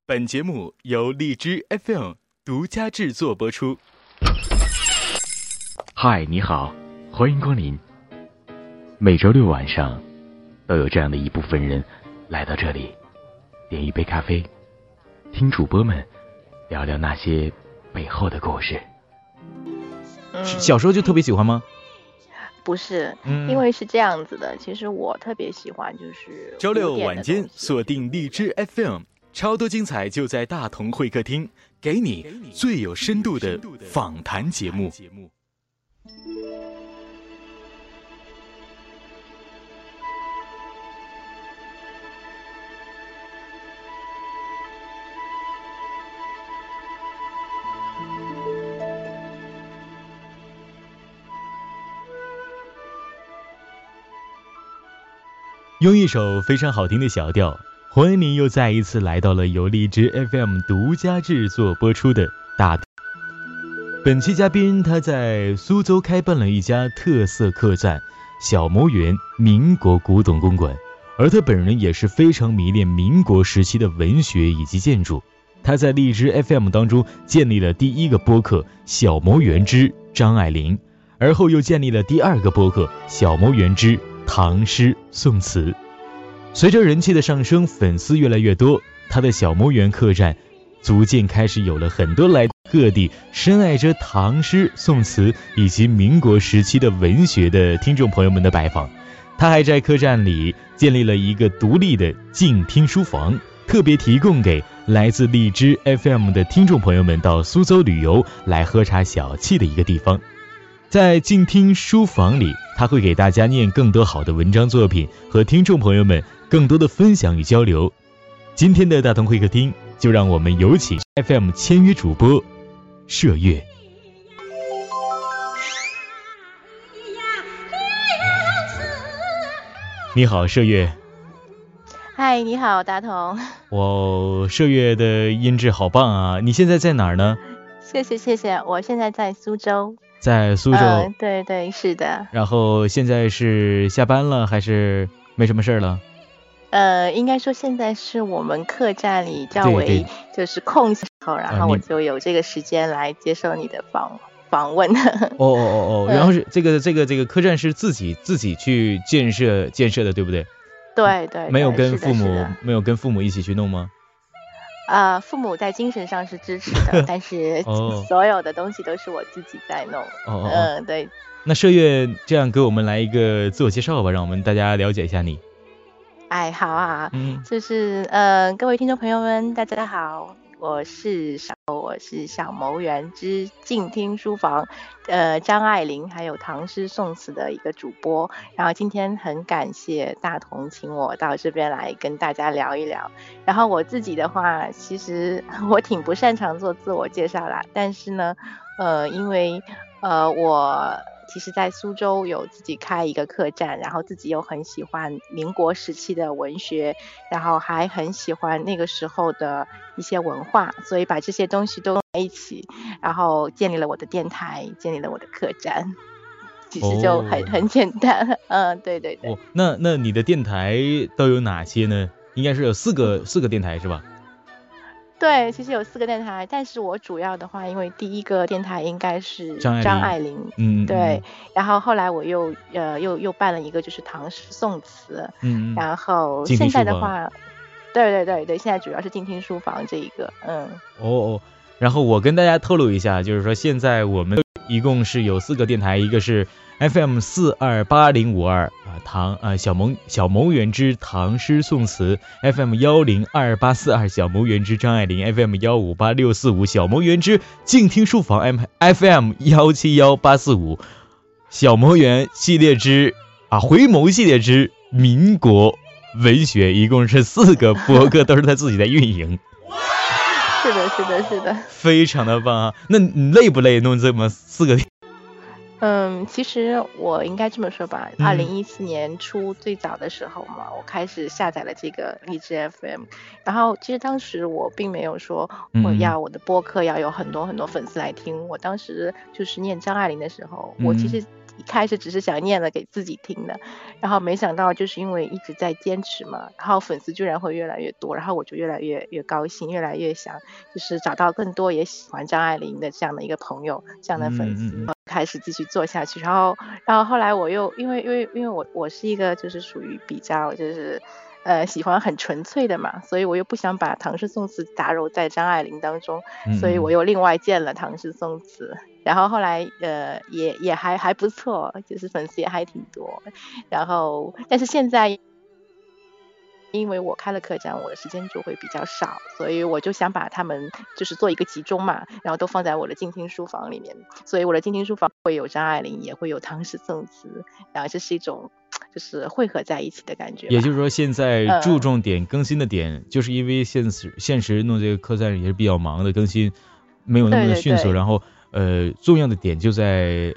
本节目由荔枝 FM 独家制作播出。 嗨，你好，欢迎光临。每周六晚上都有这样的一部分人来到这里，点一杯咖啡，听主播们聊聊那些背后的故事。 小时候就特别喜欢吗？ 不是，因为是这样子的，其实我特别喜欢就是周六晚间锁定荔枝 FM， 超多精彩就在大同会客厅，给你最有深度的访谈节目。用一首非常好听的小调，欢迎您又再一次来到了由荔枝 FM 独家制作播出的大。本期嘉宾他在苏州开办了一家特色客栈小谋园民国古董公馆，而他本人也是非常迷恋民国时期的文学以及建筑。他在荔枝 FM 当中建立了第一个播客小谋园之张爱玲，而后又建立了第二个播客小谋园之唐诗宋词。随着人气的上升，粉丝越来越多，他的小谋园客栈逐渐开始有了很多来各地深爱着唐诗宋词以及民国时期的文学的听众朋友们的拜访。他还在客栈里建立了一个独立的静听书房，特别提供给来自荔枝 FM 的听众朋友们到苏州旅游来喝茶小憩的一个地方。在静听书房里，他会给大家念更多好的文章作品，和听众朋友们更多的分享与交流。今天的大同会客厅，就让我们有请 FM 签约主播麝月。你好，麝月。 嗨，你好，大同。 哇，麝月的音质好棒啊！你现在在哪儿呢？ 谢谢，我现在在苏州。 在苏州。 对，是的。 然后现在是下班了还是没什么事了？ 应该说现在是我们客栈里较为就是空闲时候，然后我就有这个时间来接受你的访问。 然后是这个客栈是自己去建设的，对不对？ 对， 没有跟父母一起去弄吗？ 父母在精神上是支持的，但是所有的东西都是我自己在弄。对。 那麝月这样给我们来一个自我介绍吧，让我们大家了解一下你。 哎，好啊，就是各位听众朋友们，大家好，我是小谋园之静听书房张爱玲还有唐诗宋词的一个主播，然后今天很感谢大同请我到这边来跟大家聊一聊。然后我自己的话，其实我挺不擅长做自我介绍啦，但是呢因为我其实在苏州有自己开一个客栈，然后自己又很喜欢民国时期的文学，然后还很喜欢那个时候的一些文化，所以把这些东西都在一起，然后建立了我的电台，建立了我的客栈。其实就很简单。对。 那你的电台都有哪些呢？应该是有四个电台是吧？ 对，其实有4个电台，但是我主要的话，因为第一个电台应该是张爱玲，对，然后后来我又办了一个就是唐诗宋词，然后现在的话，对，现在主要是静听书房这一个， 然后我跟大家透露一下，就是说现在我们一共是有4个电台，一个是 FM 428052小谋园之唐诗宋词， FM 102842小谋园之张爱玲， FM 158645小谋园之静听书房， FM 171845小谋园系列之回眸系列之民国文学，一共是4个播客，都是他自己在运营。 是的， 非常的棒啊！那你累不累弄这么4个？ 其实我应该这么说吧，2014年初最早的时候嘛，我开始下载了这个荔枝 FM， 然后其实当时我并没有说我的播客要有很多粉丝来听，我当时就是念张爱玲的时候，我其实一开始只是想念了给自己听的，然后没想到就是因为一直在坚持嘛，然后粉丝居然会越来越多，然后我就越来越高兴，越来越想就是找到更多也喜欢张爱玲的这样的一个朋友，这样的粉丝，开始继续做下去。然后后来我又因为我是一个就是属于比较就是喜欢很纯粹的嘛，所以我又不想把唐诗宋词杂糅在张爱玲当中，所以我又另外建了唐诗宋词。然后后来也还不错，就是粉丝也还挺多。然后但是现在因为我开了客栈，我的时间就会比较少，所以我就想把他们就是做一个集中嘛，然后都放在我的静听书房里面。所以我的静听书房会有张爱玲，也会有唐诗宋词，然后这是一种就是汇合在一起的感觉。 也就是说现在注重点更新的点，就是因为现实弄这个客栈也是比较忙的，更新没有那么的迅速，对对对，然后重要的点就在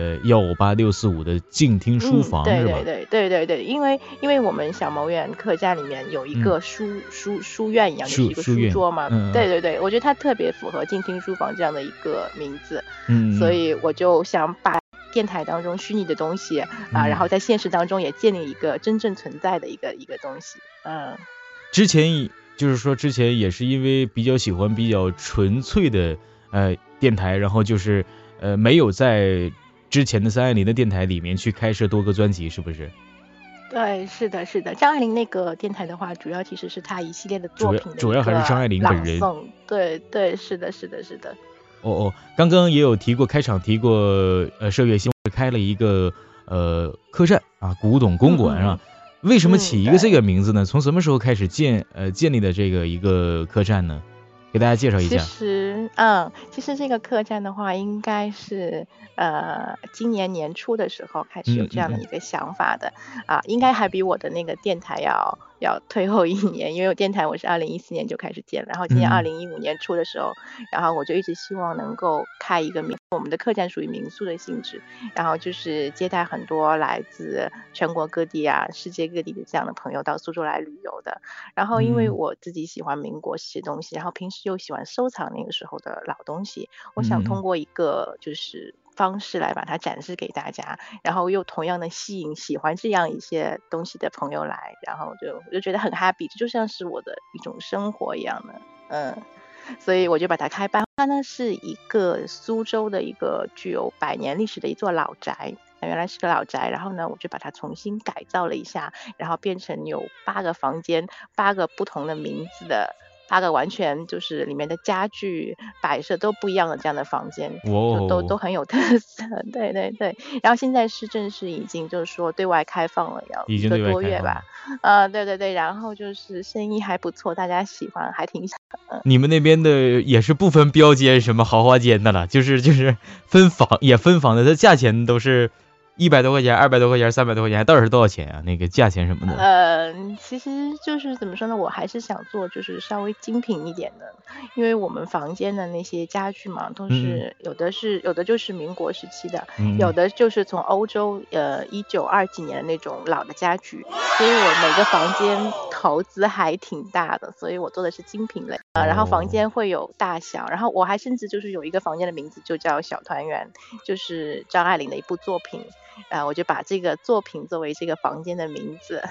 158-645的静听书房，是吧？ 对，因为我们小谋园客栈里面有一个书院一样，就是一个书桌嘛。对，我觉得它特别符合静听书房这样的一个名字。所以我就想把电台当中虚拟的东西然后在现实当中也建立一个真正存在的一个东西。 之前也是因为比较喜欢比较纯粹的电台，然后就是没有在之前的张爱玲的电台里面去开设多个专辑，是不是？ 对，是的。张爱玲那个电台的话，主要其实是她一系列的作品的主要还是张爱玲本人。 对，是的。 刚刚也有开场提过，社月新开了一个客栈啊，古董公馆啊。为什么起一个这个名字呢？从什么时候开始建立的这个一个客栈呢？给大家介绍一下。 其实这个客栈的话，应该是今年年初的时候开始有这样的一个想法的应该还比我的那个电台要退后一年，因为我电台我是2014年就开始建了，然后今年2015年初的时候，然后我就一直希望能够开一个我们的客栈属于民宿的性质，然后就是接待很多来自全国各地世界各地的这样的朋友到苏州来旅游的。然后因为我自己喜欢民国时期的东西，然后平时又喜欢收藏那个时候的老东西，我想通过一个就是方式来把它展示给大家，然后又同样的吸引喜欢这样一些东西的朋友来，然后我就觉得很 happy， 这就像是我的一种生活一样的。所以我就把它开办。它呢是一个苏州的一个具有100年历史的一座老宅，原来是个老宅，然后呢我就把它重新改造了一下，然后变成有8个房间，8个不同的名字的8个完全就是里面的家具摆设都不一样的这样的房间，都很有特色。对，然后现在是正式已经就是说对外开放了，要1个多月吧。对，然后就是生意还不错，大家喜欢，还挺想。 你们那边的也是不分标间什么豪华间的了，就是分房的，它价钱都是100多块钱、200多块钱、300多块钱，到底是多少钱啊？那个价钱什么的？ 其实就是怎么说呢，我还是想做就是稍微精品一点的，因为我们房间的那些家具嘛，都是有的就是民国时期的，有的就是从欧洲1920几年的那种老的家具，所以我每个房间投资还挺大的，所以我做的是精品类然后房间会有大小，然后我还甚至就是有一个房间的名字就叫小团圆，就是张爱玲的一部作品。我就把这个作品作为这个房间的名字。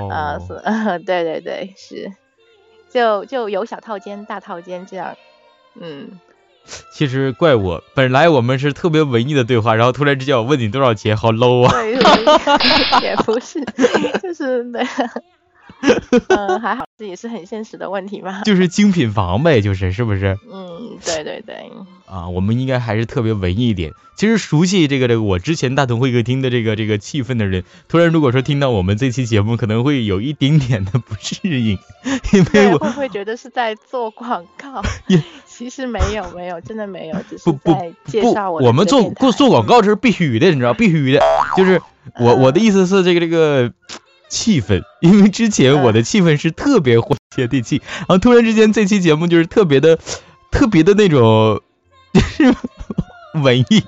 对，是，就有小套间、大套间这样。 其实怪我，本来我们是特别文艺的对话，然后突然之间我问你多少钱，好 low 啊！ 对，也不是，就是对。还好，这也是很现实的问题嘛。 就是精品房呗，是不是？ 对。 我们应该还是特别文艺一点。其实熟悉这个我之前大同会客厅的这个气氛的人，突然如果说听到我们这期节目，可能会有一丁点的不适应，因为会不会觉得是在做广告？其实没有，真的没有，只是在介绍我们做广告这是必须的，你知道，必须的。就是我的意思是这个气氛，因为之前我的气氛是特别接地气，然后突然之间这期节目就是特别的那种就是文艺，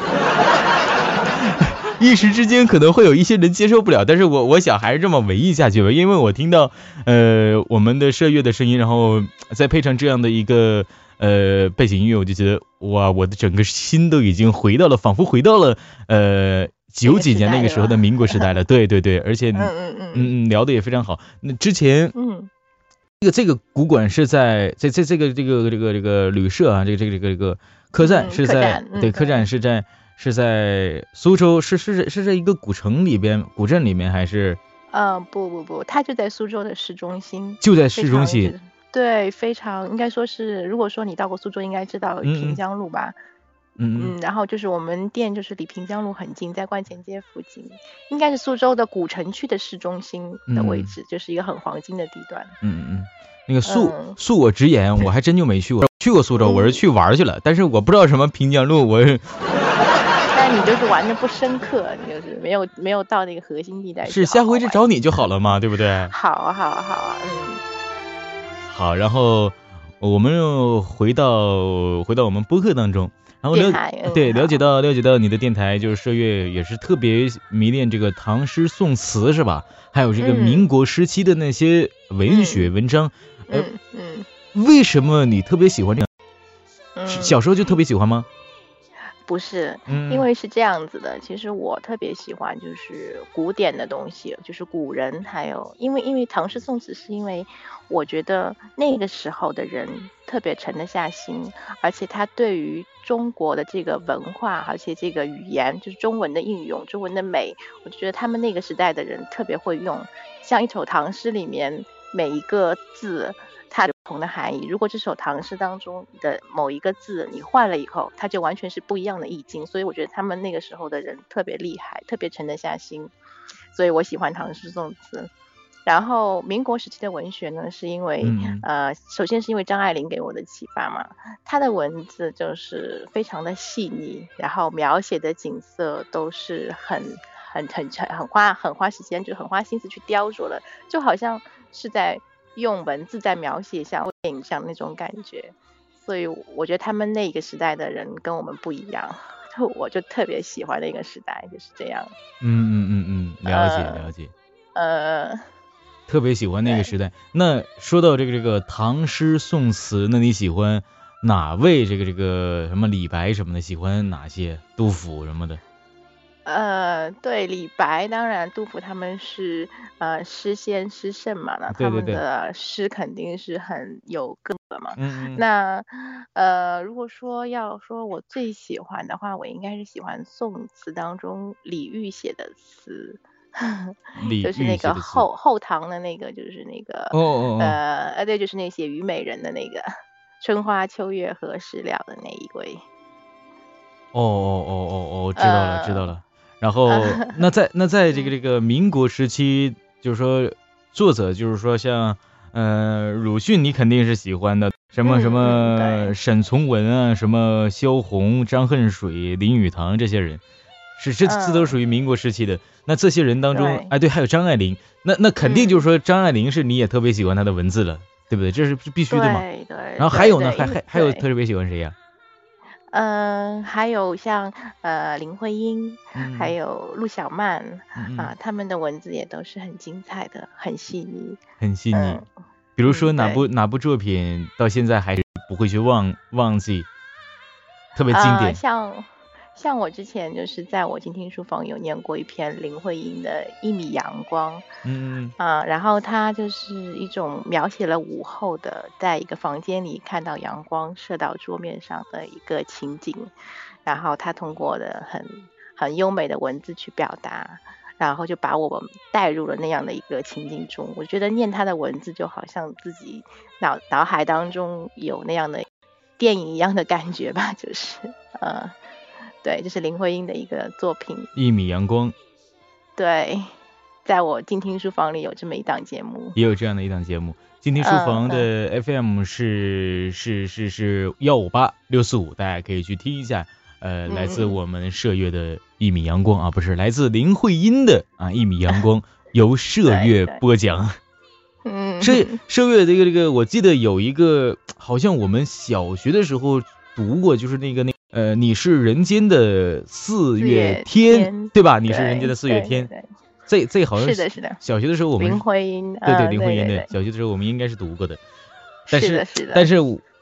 一时之间可能会有一些人接受不了，但是我想还是这么文艺下去吧，因为我听到我们的社乐的声音，然后再配上这样的一个背景音乐，我就觉得哇，我的整个心都已经仿佛回到了九几年那个时候的民国时代了，对对对，而且聊的也非常好。那之前这个古馆是在这个旅社啊，这个客栈是在客栈是在苏州，是在一个古城里边古镇里面还是？ 不，它就在苏州的市中心， 就在市中心。 对，非常应该说是，如果说你到过苏州，应该知道平江路吧。然后就是我们店就是离平江路很近，在观前街附近，应该是苏州的古城区的市中心的位置，就是一个很黄金的地段。 那个恕我直言，我还真就没去过，去过苏州，我是去玩去了，但是我不知道什么平江路， 但你就是玩的不深刻，你就是没有到那个核心地带。 是下回就找你就好了嘛，对不对？ 好啊。 好，然后我们又回到我们播客当中。然后了解到你的电台就是社乐也是特别迷恋这个唐诗宋词是吧？还有这个民国时期的那些文学文章。为什么你特别喜欢这个？小时候就特别喜欢吗？ 不是，因为是这样子的，其实我特别喜欢就是古典的东西，就是古人，还有因为唐诗宋词，是因为我觉得那个时候的人特别沉得下心，而且他对于中国的这个文化，而且这个语言，就是中文的应用，中文的美，我就觉得他们那个时代的人特别会用，像一首唐诗里面每一个字它有不同的含义，如果这首唐诗当中的某一个字你换了以后，它就完全是不一样的意境，所以我觉得他们那个时候的人特别厉害，特别沉得下心，所以我喜欢唐诗宋词。然后民国时期的文学呢，是因为首先是因为张爱玲给我的启发嘛，她的文字就是非常的细腻，然后描写的景色都是很花时间，就很花心思去雕琢了，就好像是在用文字在描写像电影上那种感觉，所以我觉得他们那个时代的人跟我们不一样，我就特别喜欢那个时代，就是这样。 了解。特别喜欢那个时代。那说到这个唐诗宋词，那你喜欢哪位这个什么李白什么的？喜欢哪些？杜甫什么的？ 对，李白当然，杜甫他们是诗仙诗圣嘛，那他们的诗肯定是很有个的嘛。那如果说要说我最喜欢的话，我应该是喜欢宋词当中李煜写的词。就是那个后唐的那个，就是那个对，就是那写虞美人的那个春花秋月何时了的那一位。 知道了。然后那在这个民国时期，就是说作者就是说像鲁迅，你肯定是喜欢的，什么沈从文啊，什么萧红、张恨水、林语堂这些人。这都属于民国时期的。那这些人当中，对，还有张爱玲，那肯定就是说张爱玲是你也特别喜欢她的文字了，对不对？这是必须的嘛。 对。 然后还有呢，还有特别喜欢谁呀？ 还有像林徽因，还有陆小曼他们的文字也都是很精彩的，很细腻。 比如说哪部作品到现在还是不会去忘记，特别经典？ 像我之前就是在我静听书房有念过一篇林徽因的《一米阳光》，然后它就是一种描写了午后的，在一个房间里看到阳光射到桌面上的一个情景，然后他通过的很优美的文字去表达，然后就把我们带入了那样的一个情景中。我觉得念他的文字就好像自己脑海当中有那样的电影一样的感觉吧，就是对，这是林徽因的一个作品《 一米阳光》。 对，在我静听书房里有这么一档节目， 也有这样的一档节目。静听书房的 FM 是158-645，大家可以去听一下。来自我们社乐的《一米阳光》不是来自林徽因的《一米阳光》，由社乐播讲。社乐这个，我记得有一个，好像我们小学的时候读过，就是那个。你是人间的四月天，对吧？你是人间的四月天，这好像是的。 小学的时候我们林徽因， 对林徽因的，小学的时候我们应该是读过的。但是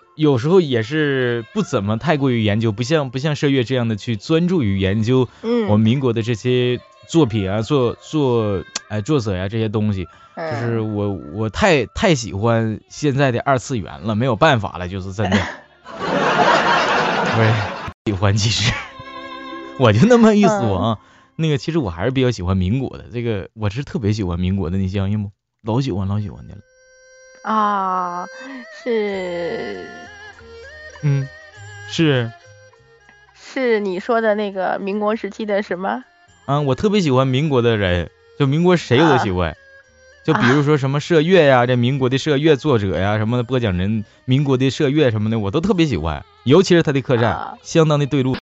有时候也是不怎么太过于研究，不像射月这样的去专注于研究我们民国的这些作品啊，作者呀这些东西，就是我太喜欢现在的二次元了，没有办法了，就是真的，不是喜欢，其实我就那么意思啊。那个其实我还是比较喜欢民国的，这个我是特别喜欢民国的，你相信不？老喜欢的了。 啊，是，是你说的那个民国时期的什么？ 我特别喜欢民国的人，就民国谁我都喜欢，就比如说什么射月呀，这民国的射月作者呀，什么的播讲人，民国的射月什么的，我都特别喜欢，尤其是他的客栈，相当的对路。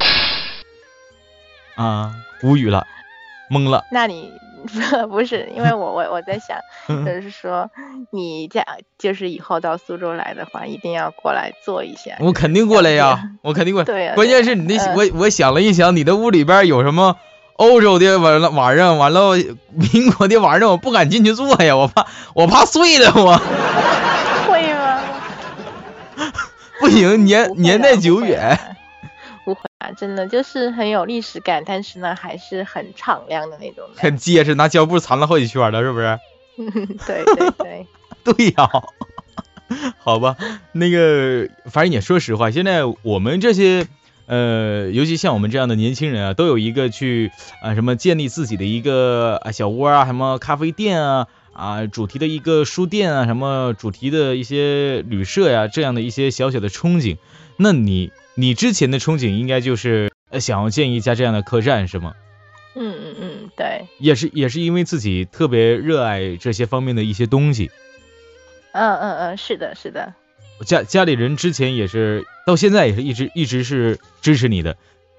无语了，懵了。 那你不是因为我在想，就是说你就是以后到苏州来的话，一定要过来坐一下。 我肯定过来呀，我肯定过来。 对呀。 关键是你那我想了一想，你的屋里边有什么欧洲的玩意儿，完了民国的玩意儿，我不敢进去坐呀，我怕碎了我。 会吗？ 不行，年代久远。 不会啊，真的就是很有历史感，但是呢还是很敞亮的那种， 很结实，拿胶布缠了好几圈了，是不是？ 对对呀。好吧，那个反正也说实话，现在我们这些尤其像我们这样的年轻人啊，都有一个去什么建立自己的一个小窝啊，什么咖啡店啊主题的一个书店啊，什么主题的一些旅社呀，这样的一些小小的憧憬。那你之前的憧憬应该就是想要建一家这样的客栈是吗？ 对。 也是因为自己特别热爱这些方面的一些东西。 是的。 家里人之前也是到现在也是一直是支持你的。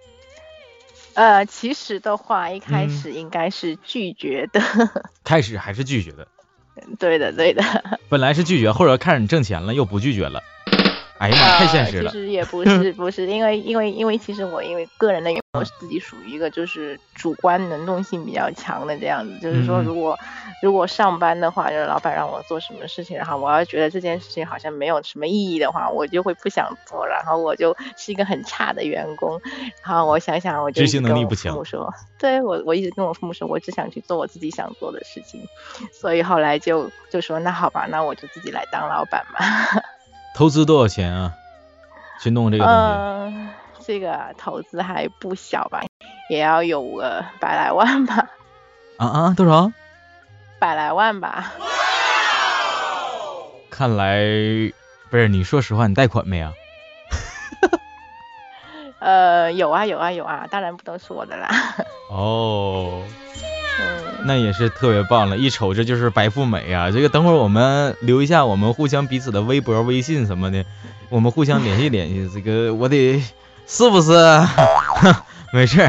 其实的话一开始应该是拒绝的。 开始还是拒绝的。 对的。 本来是拒绝，后来看着你挣钱了又不拒绝了。哎呀妈，太现实了。 其实也不是，因为其实我因为个人的原因，我是自己属于一个就是主观能动性比较强的这样子，就是说如果上班的话，就是老板让我做什么事情，然后我要觉得这件事情好像没有什么意义的话，我就会不想做，然后我就是一个很差的员工。然后我想想，我就执行能力不强。 对，我一直跟我父母说，我只想去做我自己想做的事情，所以后来就说那好吧，那我就自己来当老板嘛。 投资多少钱啊？去弄这个东西？这个投资还不小吧，也要有个100来万吧。 多少 ？100来万吧。 看来不是，你说实话，你贷款没啊？ 有啊，当然不都是我的啦。 那也是特别棒了，一瞅这就是白富美啊！这个等会儿我们留一下我们互相彼此的微博、微信什么的，我们互相联系联系。这个我得是不是？没事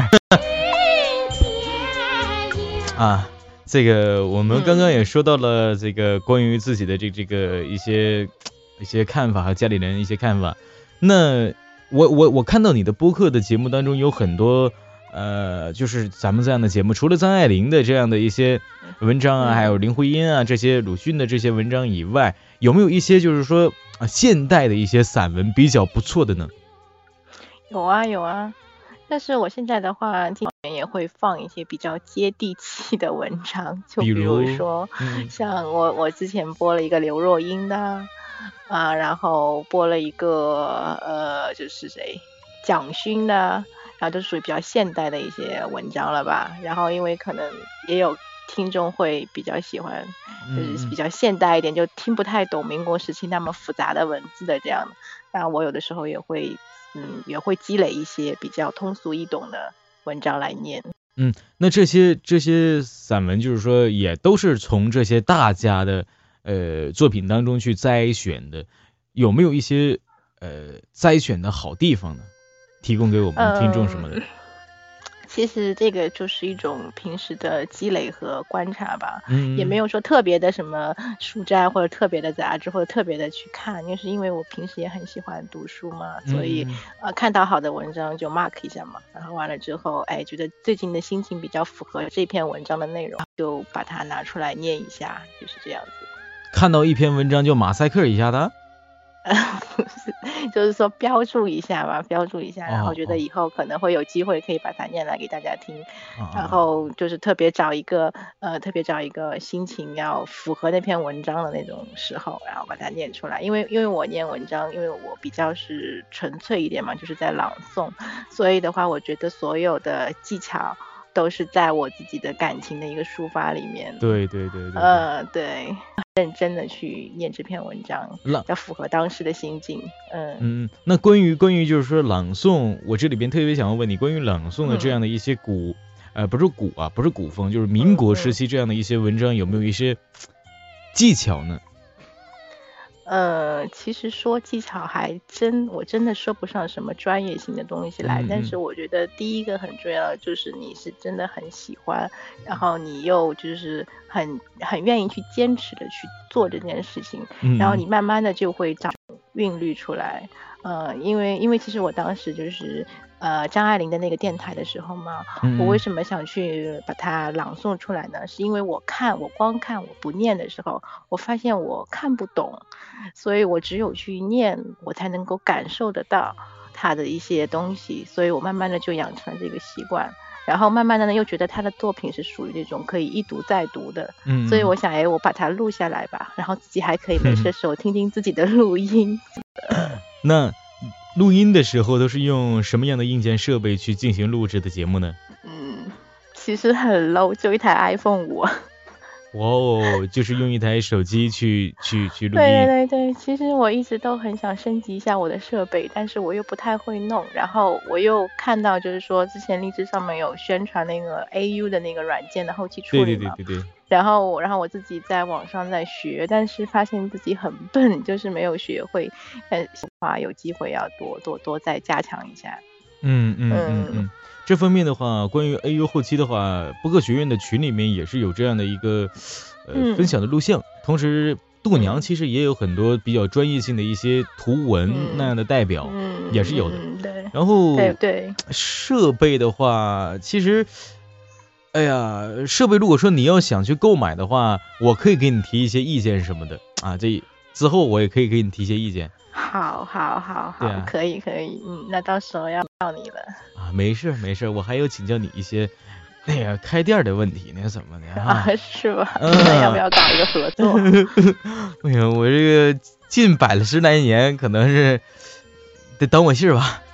这个我们刚刚也说到了这个关于自己的这个一些看法和家里人一些看法。那我看到你的播客的节目当中有很多。就是咱们这样的节目，除了张爱玲的这样的一些文章还有林徽因这些鲁迅的这些文章以外，有没有一些就是说现代的一些散文比较不错的呢？ 有啊，但是我现在的话，也会放一些比较接地气的文章，就比如说，像我之前播了一个刘若英的然后播了一个就是蒋勋的。然后都属于比较现代的一些文章了吧，然后因为可能也有听众会比较喜欢，就是比较现代一点，就听不太懂民国时期那么复杂的文字的这样的。然后我有的时候也会积累一些比较通俗易懂的文章来念。 那这些散文就是说也都是从这些大家的作品当中去摘选的，有没有一些摘选的好地方呢？提供给我们听众什么的？ 其实这个就是一种平时的积累和观察吧，也没有说特别的什么书斋或者特别的杂志或者特别的去看，就是因为我平时也很喜欢读书嘛，所以看到好的文章就 mark 一下嘛，然后完了之后觉得最近的心情比较符合这篇文章的内容，就把它拿出来念一下，就是这样子。 看到一篇文章就马赛克一下的？ 不是， 就是说标注一下吧，然后觉得以后可能会有机会可以把它念来给大家听，然后就是特别找一个心情要符合那篇文章的那种时候，然后把它念出来。因为我念文章，因为我比较是纯粹一点嘛，就是在朗诵，所以的话，我觉得所有的技巧都是在我自己的感情的一个抒发里面。 对， 对，认真的去念这篇文章，要符合当时的心境。 那关于就是说朗诵，我这里边特别想要问你，关于朗诵的这样的一些不是古风，就是民国时期这样的一些文章，有没有一些技巧呢？ 其实说技巧我真的说不上什么专业性的东西来，但是我觉得第一个很重要的就是你是真的很喜欢，然后你又就是很愿意去坚持的去做这件事情，然后你慢慢的就会长韵律出来。因为其实我当时就是张爱玲的那个电台的时候嘛，我为什么想去把它朗诵出来呢？是因为我光看我不念的时候，我发现我看不懂，所以我只有去念，我才能够感受得到它的一些东西，所以我慢慢的就养成了这个习惯。然后慢慢的呢，又觉得他的作品是属于那种可以一读再读的，所以我想，我把它录下来吧，然后自己还可以没事的时候听听自己的录音。 那录音的时候都是用什么样的硬件设备去进行录制的节目呢？ 其实很 low， 就一台 iPhone 5。 就是用一台手机去录音。 对，其实我一直都很想升级一下我的设备，但是我又不太会弄，然后我又看到就是说之前荔枝上面有宣传那个 AU 的那个软件的后期处理嘛， 对， 然后我自己在网上在学，但是发现自己很笨，就是没有学会，有机会要多再加强一下。 这方面的话，关于 AU 后期的话，播客学院的群里面也是有这样的一个分享的录像，同时度娘其实也有很多比较专业性的一些图文那样的代表，也是有的。 对。 然后对设备的话，其实设备如果说你要想去购买的话，我可以给你提一些意见什么的啊，这之后我也可以给你提一些意见。 好，可以，那到时候要到你了啊，没事，我还有请教你一些开店的问题呢，怎么的是吧？那要不要搞一个合作？ 我这个近摆了10来年，可能是得等我信儿吧。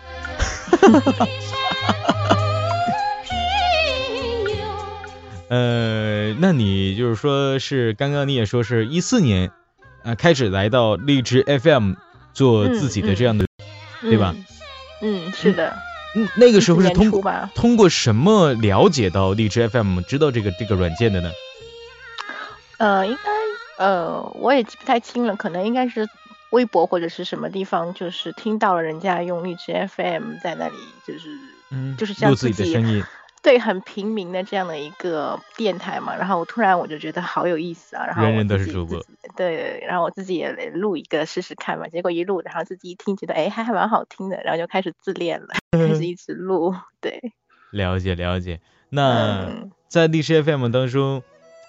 那你就是说是刚刚你也说是14年开始来到荔枝 FM 做自己的这样的，对吧？ 是的。 那个时候是通过什么了解到荔枝 FM 知道这个软件的呢？ 应该我也记不太清了，可能应该是微博或者是什么地方，就是听到了人家用荔枝 FM 在那里就是像自己录自己的声音。 对，很平民的这样的一个电台嘛，然后突然我就觉得好有意思啊，然后人人都是主播， 对，然后我自己也录一个试试看嘛，结果一录，然后自己一听觉得还蛮好听的，然后就开始自恋了，开始一直录。对， 了解。那在荔枝 FM 当中，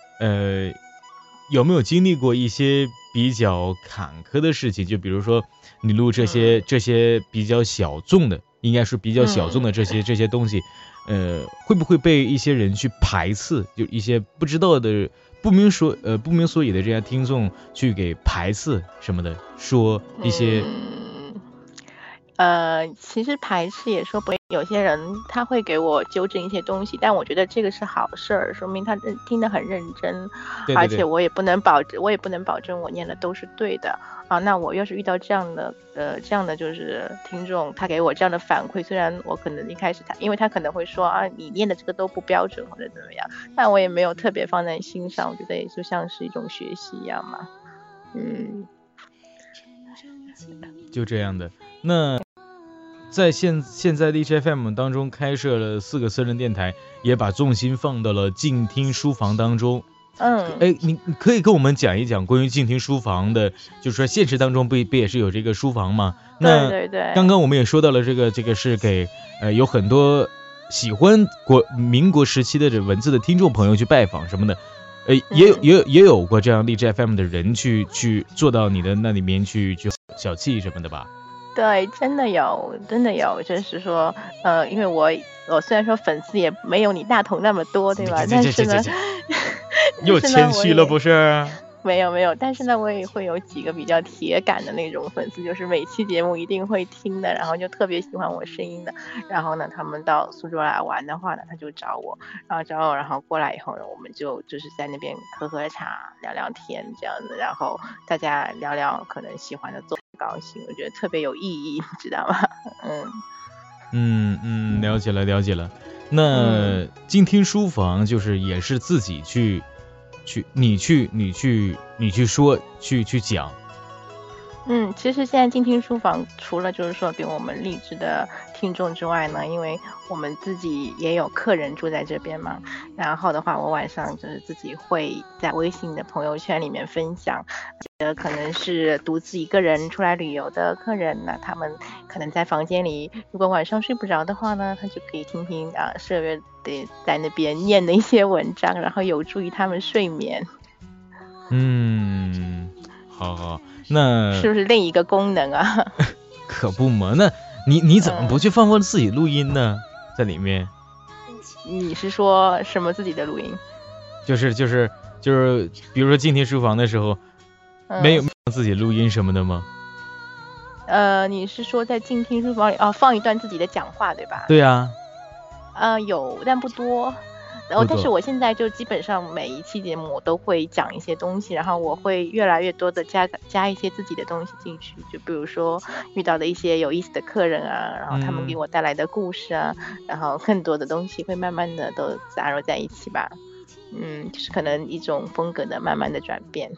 有没有经历过一些比较坎坷的事情？就比如说你录这些比较小众的，应该是比较小众的这些东西。会不会被一些人去排斥？就一些不知道的、不明所以的这些听众去给排斥什么的，说一些。 其实排斥也说不，有些人他会给我纠正一些东西，但我觉得这个是好事儿，说明他听得很认真。 对， 而且我也不能保证我念的都是对的啊。那我要是遇到这样的就是听众，他给我这样的反馈，虽然我可能一开始因为他可能会说你念的这个都不标准或者怎么样，但我也没有特别放在心上，我觉得也就像是一种学习一样嘛。 就这样的。那在现在荔枝 FM 当中开设了4个私人电台，也把重心放到了静听书房当中。你可以跟我们讲一讲关于静听书房的，就是说现实当中不也是有这个书房吗？那对。 刚刚我们也说到了这个是给有很多喜欢民国时期的这文字的听众朋友去拜访什么的。也有过这样荔枝 FM 的人去做到你的那里面去小气什么的吧？ 对，真的有，就是说，因为我虽然说粉丝也没有你大同那么多，对吧？但是呢， 又谦虚了不是？ 没有，但是呢，我也会有几个比较铁杆的那种粉丝，就是每期节目一定会听的，然后就特别喜欢我声音的。然后呢，他们到苏州来玩的话呢，他就找我，然后过来以后呢，我们就是在那边喝茶、聊聊天这样子，然后大家聊聊可能喜欢的作品，高兴，我觉得特别有意义，你知道吗？ 了解了。那静听书房就是也是自己你去说去讲。 其实现在静听书房除了就是说给我们励志的听众之外呢，因为我们自己也有客人住在这边嘛，然后的话我晚上就是自己会在微信的朋友圈里面分享，可能是独自一个人出来旅游的客人呢，他们可能在房间里，如果晚上睡不着的话呢，他就可以听听社约的在那边念的一些文章，然后有助于他们睡眠。 好，那是不是另一个功能啊？ 可不嘛，那你怎么不去放自己录音呢？在里面？ 你是说什么自己的录音？ 就是，比如说静听书房的时候，没有自己录音什么的吗？ 你是说在静听书房里放一段自己的讲话对吧？ 对啊。 有，但不多。然后，但是我现在就基本上每一期节目我都会讲一些东西，然后我会越来越多的加一些自己的东西进去，就比如说遇到的一些有意思的客人啊，然后他们给我带来的故事啊，然后更多的东西会慢慢的都杂糅在一起吧。就是可能一种风格的慢慢的转变。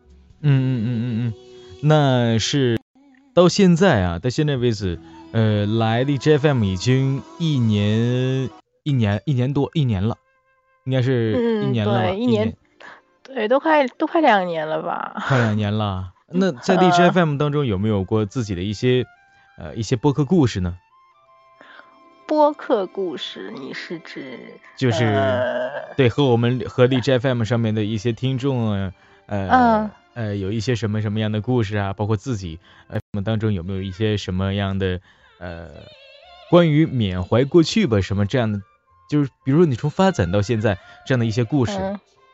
那是到现在为止，来荔枝 FM 已经一年了。应该是1年了吧？ 对，1年，对，都快2年了吧？ 快2年了。那在荔枝 FM 当中有没有过自己的一些播客故事呢？ 播客故事，你是指就是对和荔枝 FM 上面的一些听众有一些什么样的故事啊？包括自己FM 当中有没有一些什么样的关于缅怀过去吧什么这样的？就是比如说你从发展到现在这样的一些故事。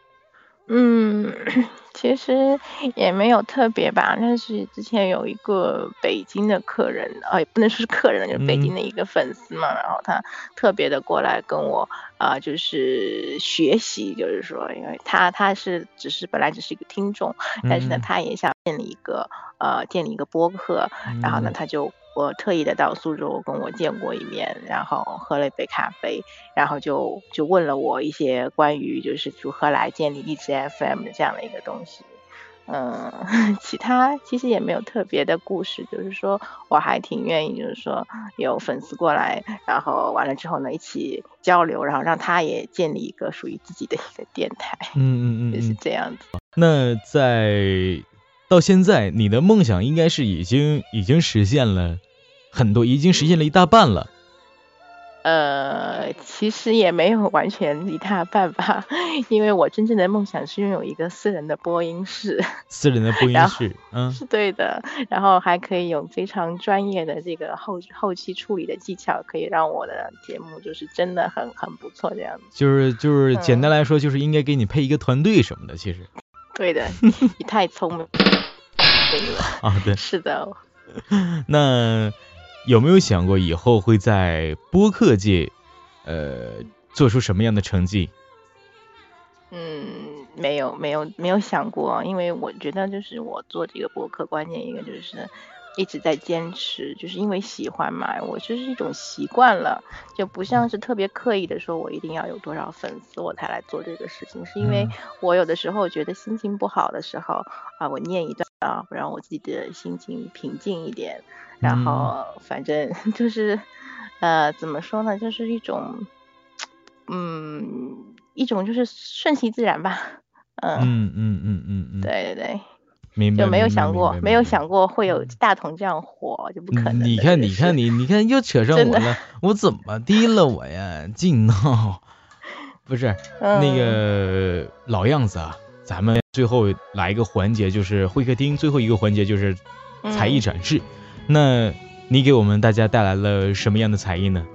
其实也没有特别吧，但是之前有一个北京的客人也不能说是客人，就是北京的一个粉丝嘛，然后他特别的过来跟我就是学习，就是说因为他本来只是一个听众，但是呢他也想建立一个播客，然后呢我特意的到苏州跟我见过一面，然后喝了一杯咖啡，然后就问了我一些关于就是如何来建立荔枝 FM 的这样的一个东西。其他其实也没有特别的故事，就是说我还挺愿意就是说有粉丝过来，然后完了之后呢一起交流，然后让他也建立一个属于自己的一个电台。就是这样子。 那到现在你的梦想应该是已经实现了很多，已经实现了一大半了。 其实也没有完全一大半吧，因为我真正的梦想是拥有一个私人的播音室。 私人的播音室， 是对的，然后还可以有非常专业的这个后期处理的技巧，可以让我的节目就是真的很不错这样子。 就是简单来说，就是应该给你配一个团队什么的，其实。 对的，你太聪明。 对， 是的。 那有没有想过以后会在播客界做出什么样的成绩？ 没有想过，因为我觉得就是我做这个播客关键一个就是一直在坚持，就是因为喜欢嘛，我就是一种习惯了，就不像是特别刻意的说我一定要有多少粉丝我才来做这个事情，是因为我有的时候觉得心情不好的时候我念一段让我自己的心情平静一点，然后反正就是怎么说呢，就是一种就是顺其自然吧。对， 明白， 就没有想过会有大同这样火，就不可能。 你看又扯上我了，我怎么地了我呀？净闹，不是那个老样子啊，咱们最后来一个环节，就是会客厅最后一个环节就是才艺展示。那你给我们大家带来了什么样的才艺呢？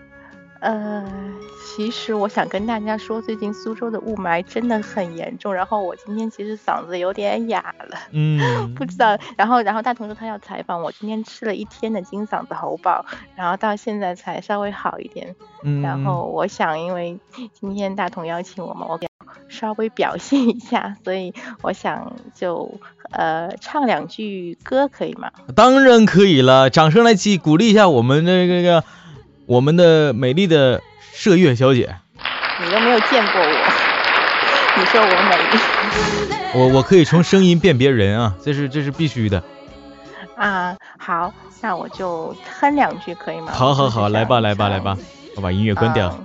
其实我想跟大家说，最近苏州的雾霾真的很严重，然后我今天其实嗓子有点哑了，不知道。然后大同说他要采访我，今天吃了1天的金嗓子喉宝，然后到现在才稍微好一点。然后我想，因为今天大同邀请我们，我给稍微表现一下，所以我想就唱2句歌，可以吗？ 当然可以了，掌声来鼓励一下我们的我们的美丽的麝月小姐。 你都没有见过我，你说我美丽？ 我可以从声音辨别人啊，这是必须的。 好，那我就哼2句可以吗？ 好，来吧，我把音乐关掉。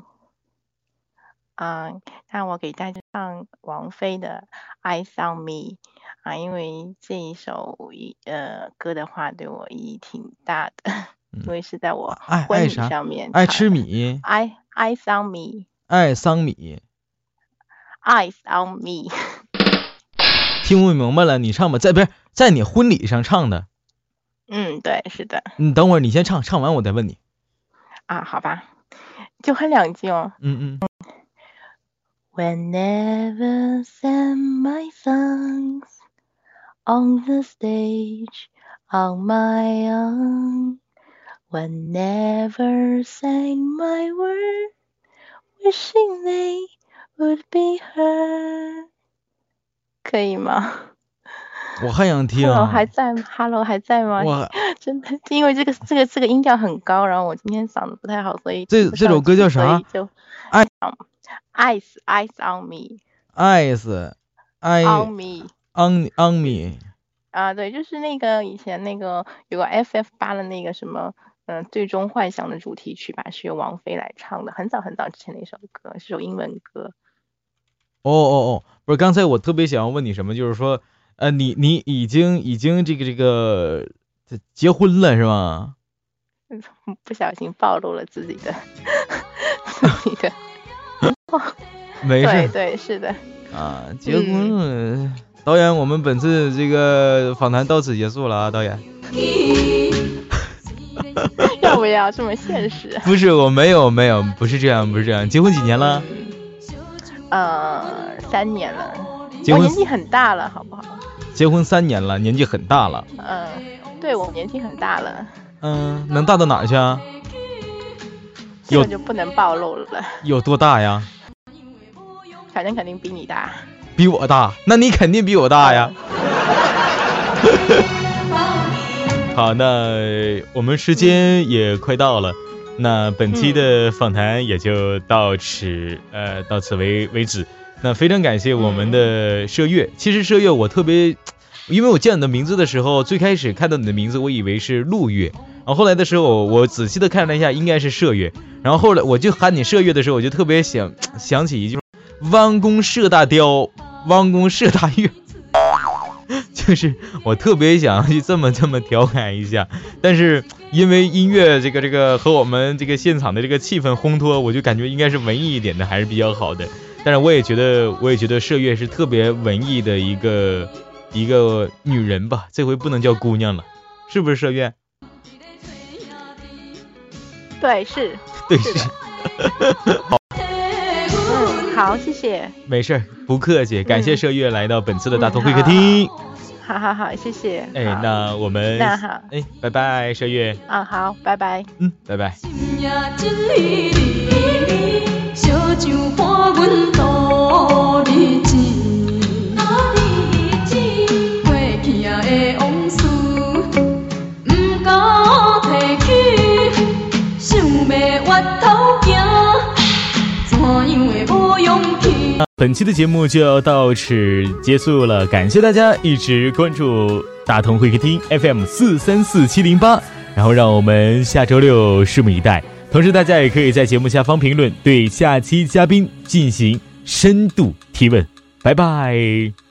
那我给大家唱王菲的《Eyes on Me》因为这一首歌的话对我意义挺大的，因为是在我婚礼上面。 爱吃米。 Eyes on Me。 爱桑米。 Eyes on Me。 听不明白了，你唱吧，在你婚礼上唱的。 对，是的。 你等会儿，你先唱完我再问你。 好吧，就哼2句哦。Whenever sing my songs on the stage on my own, whenever sang my word, wishing they would be heard， 可以吗？ 我还想听。 Hello 还在吗？真的，因为这个音调很高，然后我今天嗓子不太好，所以这首歌叫啥？ 就Eyes on Me。 Eyes on Me。 on me。 对，就是那个以前那个有个 FF8 的那个什么最终幻想的主题曲吧，是由王菲来唱的，很早之前的一首歌，是首英文歌。 不是，刚才我特别想要问你什么，就是说你已经这个结婚了是吗？ 不小心暴露了自己的没事。 对，是的。 结婚了。导演，我们本次这个访谈到此结束了啊，导演。 要不要这么现实？ 不是，我没有，不是这样。结婚几年了 ？3年了。 我年纪很大了，好不好？ 结婚3年了，年纪很大了。 对，我年纪很大了。 能大到哪去啊？ 这个就不能暴露了。 有多大呀？ 反正肯定比你大。 比我大？那你肯定比我大呀。好，那我们时间也快到了，那本期的访谈也就到此为止。那非常感谢我们的麝月。其实麝月我特别，因为我见你的名字的时候，最开始看到你的名字我以为是陆月，然后后来的时候我仔细的看了一下，应该是麝月。然后后来我就喊你麝月的时候，我就特别想起一句弯弓射大雕，弯弓射大月。就是我特别想去这么调侃一下，但是因为音乐这个和我们这个现场的这个气氛烘托，我就感觉应该是文艺一点的还是比较好的。但是我也觉得麝月是特别文艺的一个女人吧，这回不能叫姑娘了，是不是麝月？ 对，是。 对，是。 好，谢谢。 没事，不客气，感谢麝月来到本次的大同会客厅。 好，谢谢。 那我们好， 拜拜，麝月。 好，拜拜。 拜拜。本期的节目就要到此结束了，感谢大家一直关注大同会客厅 FM434708，然后让我们下周六拭目以待。同时大家也可以在节目下方评论，对下期嘉宾进行深度提问。拜拜。